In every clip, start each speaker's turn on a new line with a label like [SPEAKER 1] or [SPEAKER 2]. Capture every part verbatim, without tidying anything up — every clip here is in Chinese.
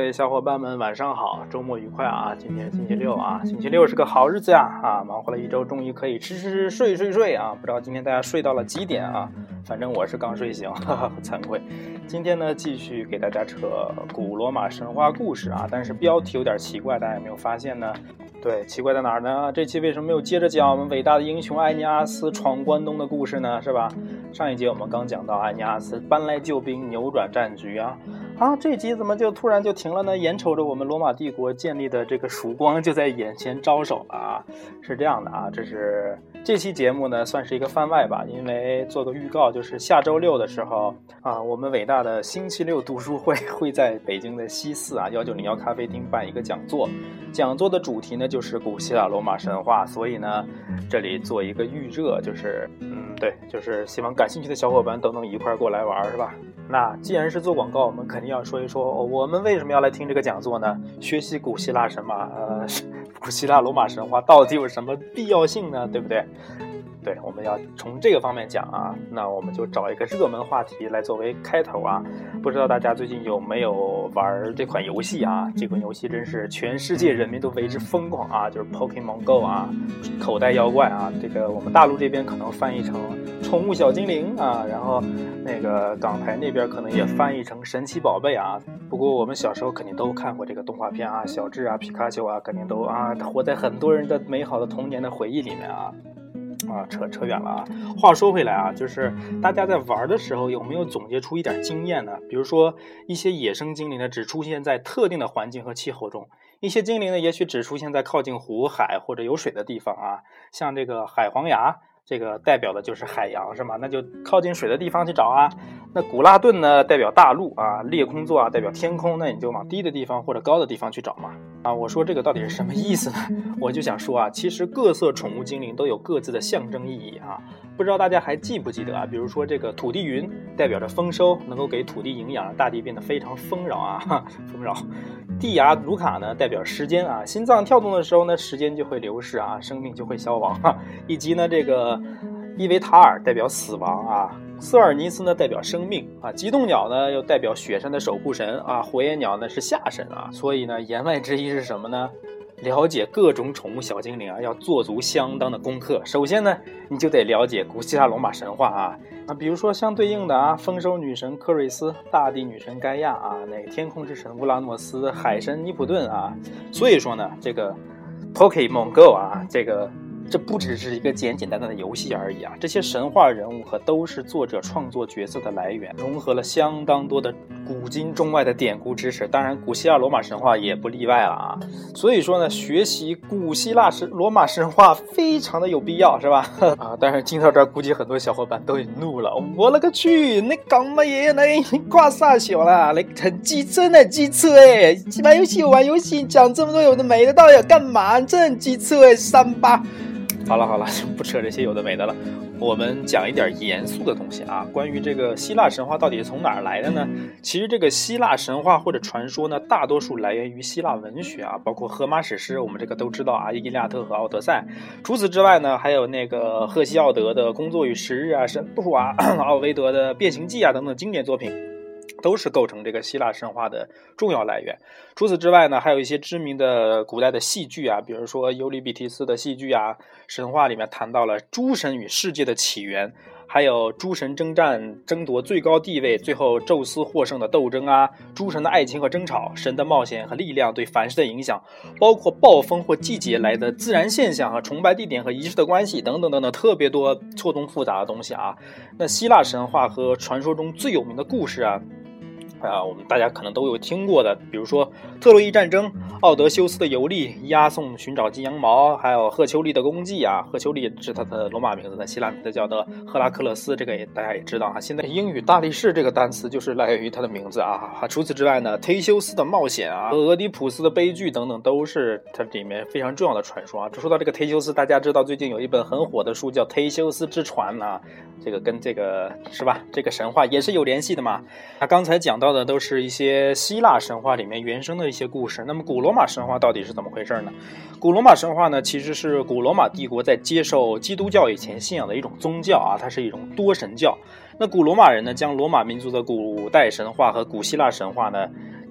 [SPEAKER 1] 位小伙伴们晚上好，周末愉快啊！今天星期六啊，星期六是个好日子呀！啊，忙活了一周，终于可以吃吃吃睡睡睡啊！不知道今天大家睡到了几点啊？反正我是刚睡醒，哈哈，惭愧。今天呢，继续给大家扯古罗马神话故事啊，但是标题有点奇怪，大家有没有发现呢？对，奇怪在哪儿呢？这期为什么没有接着讲我们伟大的英雄埃尼阿斯闯关东的故事呢？是吧？上一节我们刚讲到埃尼阿斯搬来救兵，扭转战局啊。啊，这集怎么就突然就停了呢？眼瞅着我们罗马帝国建立的这个曙光就在眼前招手了啊！是这样的啊，这是这期节目呢算是一个番外吧，因为做个预告，就是下周六的时候啊，我们伟大的星期六读书会会在北京的西四啊一九零一咖啡厅办一个讲座，讲座的主题呢就是古希腊罗马神话，所以呢这里做一个预热，就是嗯对，就是希望感兴趣的小伙伴都能一块过来玩，是吧？那既然是做广告，我们肯定要说一说、哦、我们为什么要来听这个讲座呢？学习古希腊神话，呃，古希腊罗马神话到底有什么必要性呢？对不对？对，我们要从这个方面讲啊。那我们就找一个热门话题来作为开头啊。不知道大家最近有没有玩这款游戏啊？这款游戏真是全世界人民都为之疯狂啊，就是 Pokemon Go 啊，口袋妖怪啊。这个我们大陆这边可能翻译成宠物小精灵啊，然后那个港台那边可能也翻译成神奇宝贝啊。不过我们小时候肯定都看过这个动画片啊，小智啊、皮卡丘啊，肯定都啊活在很多人的美好的童年的回忆里面啊。啊，扯扯远了啊！话说回来啊，就是大家在玩的时候有没有总结出一点经验呢？比如说一些野生精灵呢，只出现在特定的环境和气候中；一些精灵呢，也许只出现在靠近湖海或者有水的地方啊。像这个海皇牙，这个代表的就是海洋，是吗？那就靠近水的地方去找啊。那古拉顿呢，代表大陆啊；裂空座啊，代表天空，那你就往低的地方或者高的地方去找嘛。啊，我说这个到底是什么意思呢？我就想说啊，其实各色宠物精灵都有各自的象征意义啊。不知道大家还记不记得啊？比如说这个土地云代表着丰收，能够给土地营养，让大地变得非常丰饶啊，哈丰饶。蒂亚卢卡呢，代表时间啊，心脏跳动的时候呢，时间就会流逝啊，生命就会消亡啊。以及呢，这个伊维塔尔代表死亡啊，瑟尔尼斯呢代表生命啊，极冻鸟呢又代表雪山的守护神啊，火焰鸟呢是夏神啊。所以呢，言外之意是什么呢？了解各种宠物小精灵啊，要做足相当的功课。首先呢，你就得了解古希腊罗马神话啊，啊，比如说相对应的啊，丰收女神科瑞斯，大地女神盖亚啊，那个天空之神乌拉诺斯，海神尼普顿啊。所以说呢，这个 Pokemon Go 啊，这个。这不只是一个简简单单的游戏而已啊！这些神话人物和都是作者创作角色的来源，融合了相当多的古今中外的典故知识，当然古希腊罗马神话也不例外了啊！所以说呢，学习古希腊神罗马神话非常的有必要，是吧？啊！但是听到这儿，估计很多小伙伴都很怒了，我勒个去！你讲乜嘢？你挂啥小了？你很机车呢，机车哎！玩游戏玩游戏，讲这么多有的没的，到底要干嘛？这很机车哎，三八。好了好了，就不扯这些有的没的了，我们讲一点严肃的东西啊。关于这个希腊神话到底是从哪儿来的呢？其实这个希腊神话或者传说呢，大多数来源于希腊文学啊，包括荷马史诗，我们这个都知道啊，伊利亚特和奥德赛。除此之外呢，还有那个赫西奥德的工作与时日啊，神父啊，奥维德的变形记啊等等经典作品，都是构成这个希腊神话的重要来源。除此之外呢，还有一些知名的古代的戏剧啊，比如说尤里比提斯的戏剧啊，神话里面谈到了诸神与世界的起源，还有诸神征战争夺最高地位，最后宙斯获胜的斗争啊，诸神的爱情和争吵，神的冒险和力量对凡事的影响，包括暴风或季节来的自然现象和崇拜地点和仪式的关系等等等等，特别多错综复杂的东西啊。那希腊神话和传说中最有名的故事啊啊，我们大家可能都有听过的，比如说特洛伊战争、奥德修斯的游历、押送寻找金羊毛，还有赫丘利的功绩啊。赫丘利是他的罗马名字的，希腊名字叫做赫拉克勒斯，这个也大家也知道啊。现在英语大力士这个单词就是来源于他的名字啊。除此之外呢，忒修斯的冒险啊，和俄狄浦斯的悲剧等等，都是它里面非常重要的传说啊。说到这个忒修斯，大家知道最近有一本很火的书叫《忒修斯之船》啊，这个跟这个是吧？这个神话也是有联系的嘛。那刚才讲到的都是一些希腊神话里面原生的一些故事，那么古罗马神话到底是怎么回事呢？古罗马神话呢，其实是古罗马帝国在接受基督教以前信仰的一种宗教啊，它是一种多神教。那古罗马人呢，将罗马民族的古代神话和古希腊神话呢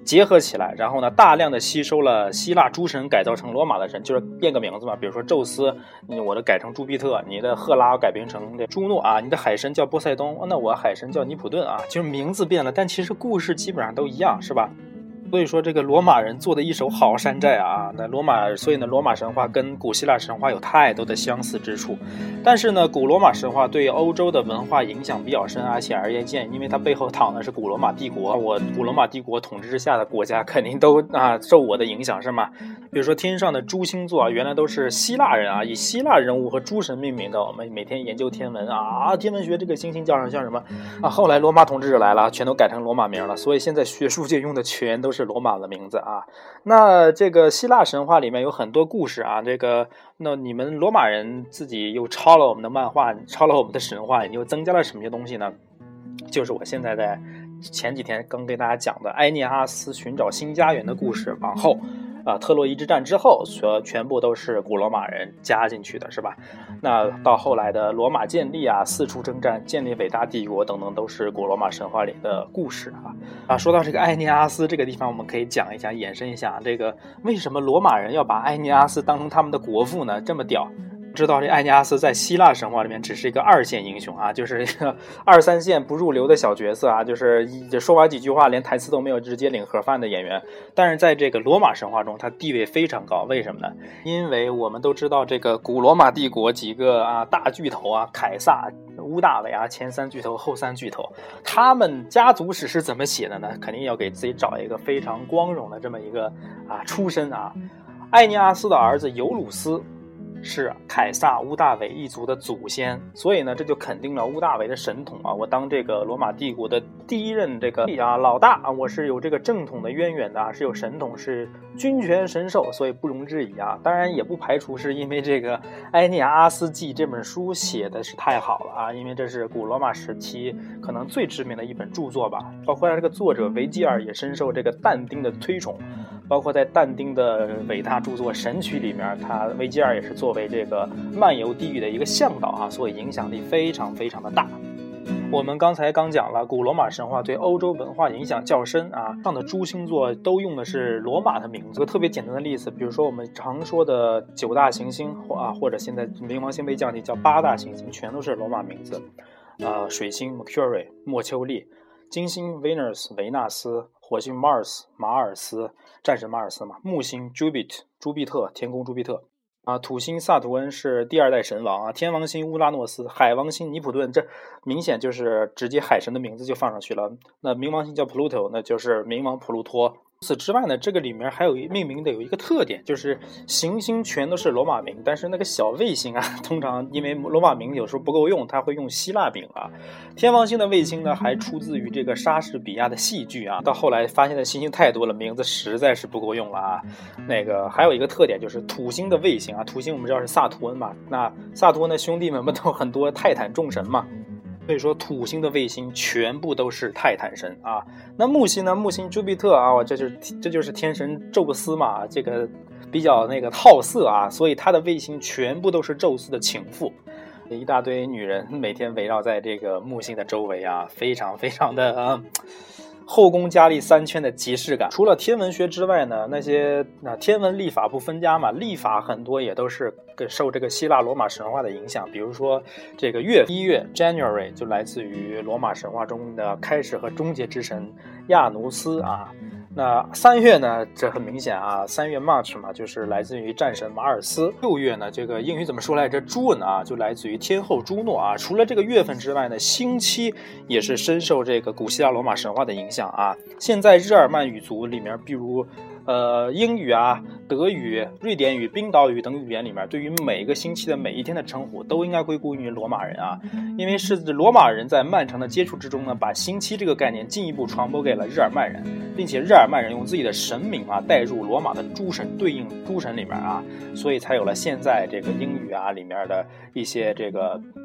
[SPEAKER 1] 结合起来，然后呢，大量的吸收了希腊诸神改造成罗马的神，就是变个名字嘛，比如说宙斯，你我的改成朱庇特，你的赫拉改编成朱诺啊，你的海神叫波塞冬，那我海神叫尼普顿啊，就是名字变了，但其实故事基本上都一样，是吧？所以说这个罗马人做的一手好山寨啊，那罗马，所以呢，罗马神话跟古希腊神话有太多的相似之处。但是呢，古罗马神话对欧洲的文化影响比较深，而且而言见，因为它背后躺的是古罗马帝国，我古罗马帝国统治之下的国家肯定都啊受我的影响，是吗？比如说天上的诸星座啊，原来都是希腊人啊，以希腊人物和诸神命名的。我们每天研究天文啊，天文学这个星星叫上像什么啊？后来罗马统治者来了，全都改成罗马名了，所以现在学术界用的全都是罗马的名字啊。那这个希腊神话里面有很多故事啊，这个那你们罗马人自己又抄了我们的漫画，抄了我们的神话，你又增加了什么些东西呢？就是我现在在前几天刚跟大家讲的埃涅阿斯寻找新家园的故事，往后啊，特洛伊之战之后，所全部都是古罗马人加进去的，是吧？那到后来的罗马建立啊，四处征战，建立伟大帝国等等，都是古罗马神话里的故事啊。啊，说到这个埃涅阿斯这个地方，我们可以讲一下，延伸一下，这个为什么罗马人要把埃涅阿斯当成他们的国父呢？这么屌！知道这埃涅阿斯在希腊神话里面只是一个二线英雄啊，就是一个二三线不入流的小角色啊，就是说完几句话连台词都没有，直接领盒饭的演员。但是在这个罗马神话中，他地位非常高，为什么呢？因为我们都知道这个古罗马帝国几个啊大巨头啊，凯撒、屋大维啊，前三巨头后三巨头，他们家族史是怎么写的呢？肯定要给自己找一个非常光荣的这么一个啊出身啊。埃涅阿斯的儿子尤鲁斯是凯撒、屋大维一族的祖先，所以呢，这就肯定了屋大维的神统啊！我当这个罗马帝国的第一任这个啊老大啊，我是有这个正统的渊源的啊，是有神统，是君权神授，所以不容置疑啊。当然也不排除是因为这个《埃涅阿斯纪》这本书写的是太好了啊，因为这是古罗马时期可能最知名的一本著作吧。包括这个作者维吉尔也深受这个但丁的推崇。包括在但丁的伟大著作《神曲》里面，他维吉尔也是作为这个漫游地狱的一个向导啊，所以影响力非常非常的大。我们刚才刚讲了，古罗马神话对欧洲文化影响较深啊，上的诸星座都用的是罗马的名字。个特别简单的例子，比如说我们常说的九大行星啊，或者现在冥王星被降级叫八大行星，全都是罗马名字。呃，水星 Mercury 莫丘利，金星 Venus 维纳斯，火星 Mars 马尔斯，战神马尔斯嘛，木星 Jupiter 朱庇特，天宫朱庇特啊，土星萨图恩是第二代神王啊，天王星乌拉诺斯，海王星尼普顿，这明显就是直接海神的名字就放上去了。那冥王星叫 Pluto， 那就是冥王普鲁托。除此之外呢，这个里面还有命名的有一个特点，就是行星全都是罗马名，但是那个小卫星啊，通常因为罗马名有时候不够用，它会用希腊名啊。天王星的卫星呢，还出自于这个莎士比亚的戏剧啊。到后来发现的行星太多了，名字实在是不够用了啊。那个还有一个特点就是土星的卫星啊，土星我们知道是萨图恩嘛，那萨图恩的兄弟们不都很多泰坦众神嘛。所以说土星的卫星全部都是泰坦神啊。那木星呢？木星朱庇特啊，这就是这就是天神宙斯嘛，这个比较那个好色啊，所以他的卫星全部都是宙斯的情妇，一大堆女人每天围绕在这个木星的周围啊，非常非常的啊。后宫佳丽三圈的即视感。除了天文学之外呢，那些那天文历法不分家嘛，历法很多也都是受这个希腊罗马神话的影响。比如说这个月一月 January 就来自于罗马神话中的开始和终结之神亚努斯啊。那三月呢，这很明显啊，三月 March 嘛，就是来自于战神马尔斯。六月呢，这个英语怎么说来着 June 啊，就来自于天后朱诺啊。除了这个月份之外呢，星期也是深受这个古希腊罗马神话的影响啊。现在日耳曼语族里面，比如呃英语啊、德语、瑞典语、冰岛语等语言里面，对于每个星期的每一天的称呼都应该归功于罗马人啊，因为是罗马人在漫长的接触之中呢，把星期这个概念进一步传播给了日耳曼人，并且日耳曼人用自己的神明啊带入罗马的诸神对应诸神里面啊，所以才有了现在这个英语啊里面的一些这个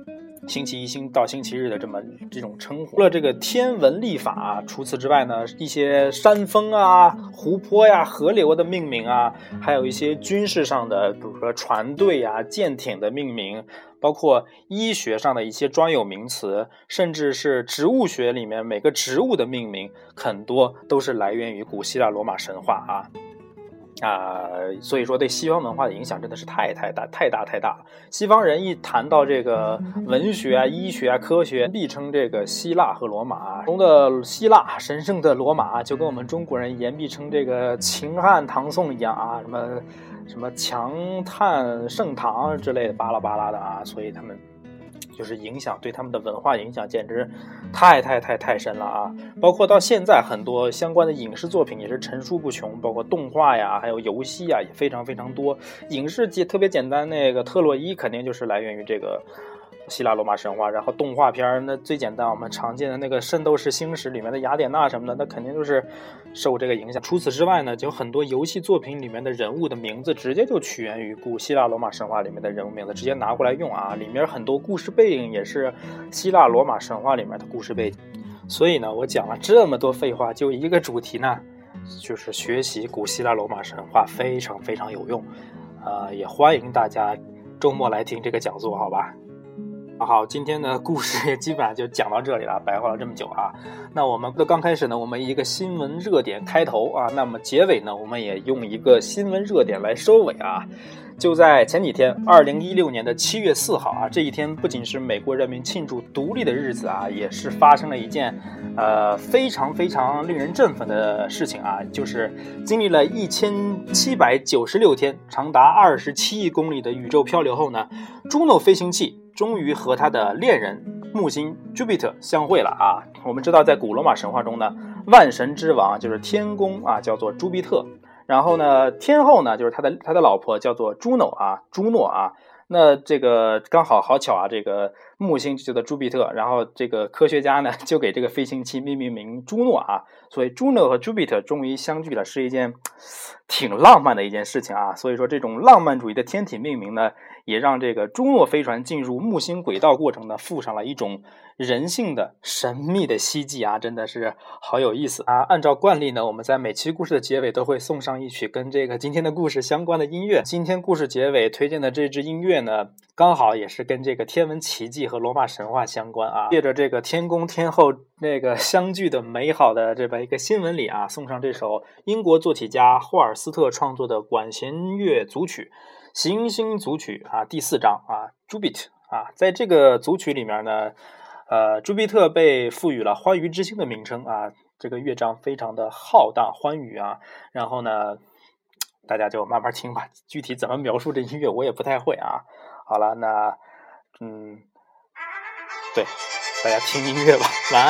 [SPEAKER 1] 星期一星到星期日的这么这种称呼。除了这个天文历法啊，除此之外呢，一些山峰啊、湖泊呀、河流的命名啊，还有一些军事上的，比如说船队啊、舰艇的命名，包括医学上的一些专有名词，甚至是植物学里面每个植物的命名，很多都是来源于古希腊罗马神话啊。啊、呃，所以说对西方文化的影响真的是太太大太大太大了。西方人一谈到这个文学啊、医学啊、科学，必称这个希腊和罗马。中的希腊，神圣的罗马，就跟我们中国人言必称这个秦汉唐宋一样啊，什么什么强汉盛唐之类的巴拉巴拉的啊，所以他们就是影响对他们的文化影响简直太太太太深了啊！包括到现在很多相关的影视作品也是层出不穷，包括动画呀，还有游戏呀，也非常非常多。影视界特别简单，那个特洛伊肯定就是来源于这个希腊罗马神话，然后动画片那最简单，我们常见的那个《圣斗士星矢》里面的雅典娜什么的，那肯定就是受这个影响。除此之外呢，就很多游戏作品里面的人物的名字直接就起源于古希腊罗马神话里面的人物名字，直接拿过来用啊。里面很多故事背景也是希腊罗马神话里面的故事背景。所以呢，我讲了这么多废话，就一个主题呢，就是学习古希腊罗马神话非常非常有用，呃，也欢迎大家周末来听这个讲座，好吧？好，今天的故事也基本上就讲到这里了，白话了这么久啊。那我们的刚开始呢，我们一个新闻热点开头啊，那么结尾呢，我们也用一个新闻热点来收尾啊。就在前几天，二零一六年的七月四号啊，这一天不仅是美国人民庆祝独立的日子啊，也是发生了一件呃非常非常令人振奋的事情啊，就是经历了一千七百九十六天，长达二十七亿公里的宇宙漂流后呢，Juno 飞行器终于和他的恋人木星 Jupiter 相会了啊。我们知道，在古罗马神话中呢，万神之王就是天宫啊，叫做朱庇特。然后呢，天后呢就是他的他的老婆叫做朱诺啊，朱诺啊。那这个刚好好巧啊，这个木星就叫做朱庇特，然后这个科学家呢就给这个飞行器命名名朱诺啊，所以朱诺和朱庇特终于相聚了，是一件挺浪漫的一件事情啊。所以说这种浪漫主义的天体命名呢，也让这个朱诺飞船进入木星轨道过程呢，附上了一种人性的神秘的希冀啊，真的是好有意思啊！按照惯例呢，我们在每期故事的结尾都会送上一曲跟这个今天的故事相关的音乐。今天故事结尾推荐的这支音乐呢，刚好也是跟这个天文奇迹和罗马神话相关啊。借着这个天宫天后那个相聚的美好的这么一个新闻里啊，送上这首英国作曲家霍尔斯特创作的管弦乐组曲。行星组曲啊，第四章啊 ，Jupiter 啊，在这个组曲里面呢，呃，朱庇特被赋予了欢愉之星的名称啊，这个乐章非常的浩大欢愉啊，然后呢，大家就慢慢听吧，具体怎么描述这音乐我也不太会啊。好了，那嗯，对，大家听音乐吧，晚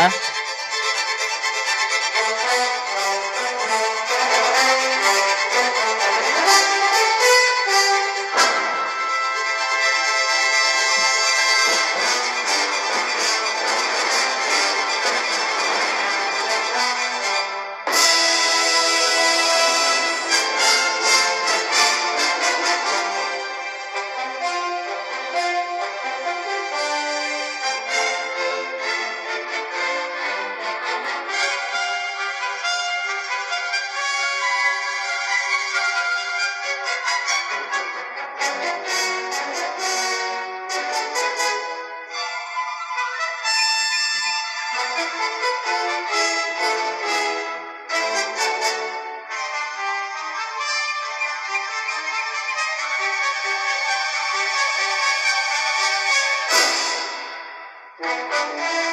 [SPEAKER 1] 安。Thank you.